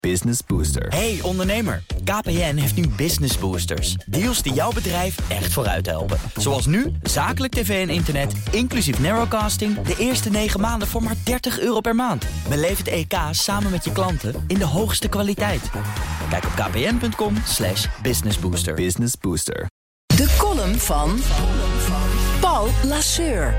Business Booster. Hey ondernemer, KPN heeft nu Business Boosters. Deals die jouw bedrijf echt vooruit helpen. Zoals nu, zakelijk tv en internet, inclusief narrowcasting... de eerste 9 maanden voor maar €30 per maand. Beleef het EK samen met je klanten in de hoogste kwaliteit. Kijk op kpn.com/businessbooster. Business Booster. De column van Paul Lasseur.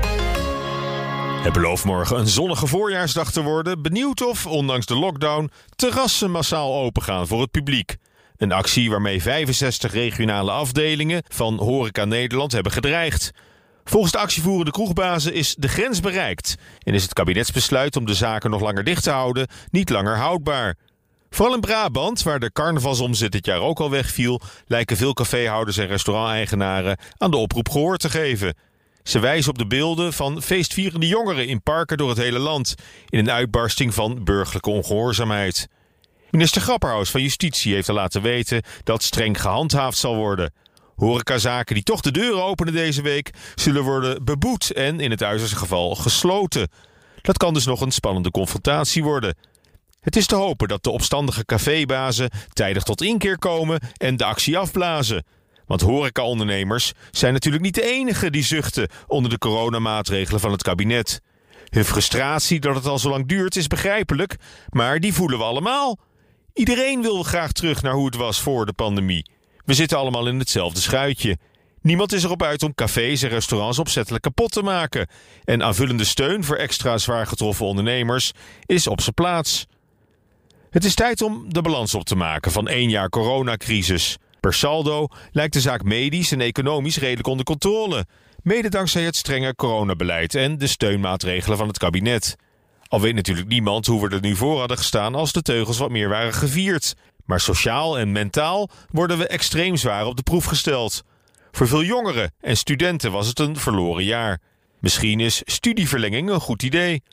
Het belooft morgen een zonnige voorjaarsdag te worden. Benieuwd of, ondanks de lockdown, terrassen massaal opengaan voor het publiek. Een actie waarmee 65 regionale afdelingen van Horeca Nederland hebben gedreigd. Volgens de actievoerende kroegbazen is de grens bereikt en is het kabinetsbesluit om de zaken nog langer dicht te houden niet langer houdbaar. Vooral in Brabant, waar de carnavalsomzet dit jaar ook al wegviel, lijken veel caféhouders en restauranteigenaren aan de oproep gehoor te geven. Ze wijzen op de beelden van feestvierende jongeren in parken door het hele land, in een uitbarsting van burgerlijke ongehoorzaamheid. Minister Grapperhaus van Justitie heeft al laten weten dat streng gehandhaafd zal worden. Horecazaken die toch de deuren openen deze week zullen worden beboet en in het uiterste geval gesloten. Dat kan dus nog een spannende confrontatie worden. Het is te hopen dat de opstandige cafébazen tijdig tot inkeer komen en de actie afblazen. Want horecaondernemers zijn natuurlijk niet de enigen die zuchten onder de coronamaatregelen van het kabinet. Hun frustratie dat het al zo lang duurt is begrijpelijk, maar die voelen we allemaal. Iedereen wil graag terug naar hoe het was voor de pandemie. We zitten allemaal in hetzelfde schuitje. Niemand is erop uit om cafés en restaurants opzettelijk kapot te maken. En aanvullende steun voor extra zwaar getroffen ondernemers is op zijn plaats. Het is tijd om de balans op te maken van 1 jaar coronacrisis. Per saldo lijkt de zaak medisch en economisch redelijk onder controle. Mede dankzij het strenge coronabeleid en de steunmaatregelen van het kabinet. Al weet natuurlijk niemand hoe we er nu voor hadden gestaan als de teugels wat meer waren gevierd. Maar sociaal en mentaal worden we extreem zwaar op de proef gesteld. Voor veel jongeren en studenten was het een verloren jaar. Misschien is studieverlenging een goed idee.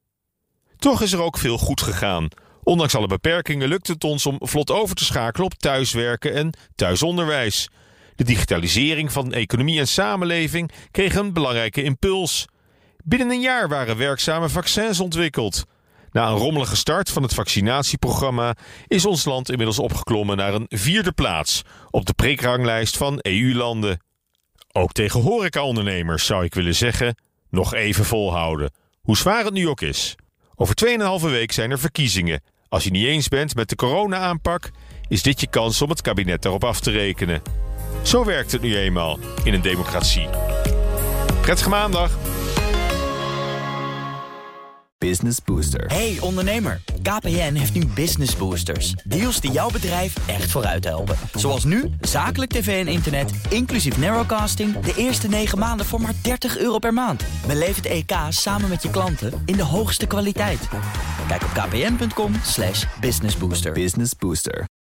Toch is er ook veel goed gegaan. Ondanks alle beperkingen lukt het ons om vlot over te schakelen op thuiswerken en thuisonderwijs. De digitalisering van economie en samenleving kreeg een belangrijke impuls. Binnen een jaar waren werkzame vaccins ontwikkeld. Na een rommelige start van het vaccinatieprogramma is ons land inmiddels opgeklommen naar een 4e plaats op de prikranglijst van EU-landen. Ook tegen horecaondernemers zou ik willen zeggen, nog even volhouden, hoe zwaar het nu ook is. Over 2,5 week zijn er verkiezingen. Als je niet eens bent met de corona-aanpak, is dit je kans om het kabinet daarop af te rekenen. Zo werkt het nu eenmaal in een democratie. Prettige maandag. Business Booster. Hey ondernemer, KPN heeft nu Business Boosters. Deals die jouw bedrijf echt vooruit helpen. Zoals nu, zakelijk tv en internet, inclusief narrowcasting... de eerste 9 maanden voor maar €30 per maand. Beleef het EK samen met je klanten in de hoogste kwaliteit. Kijk op kpn.com/businessbooster. Business Booster.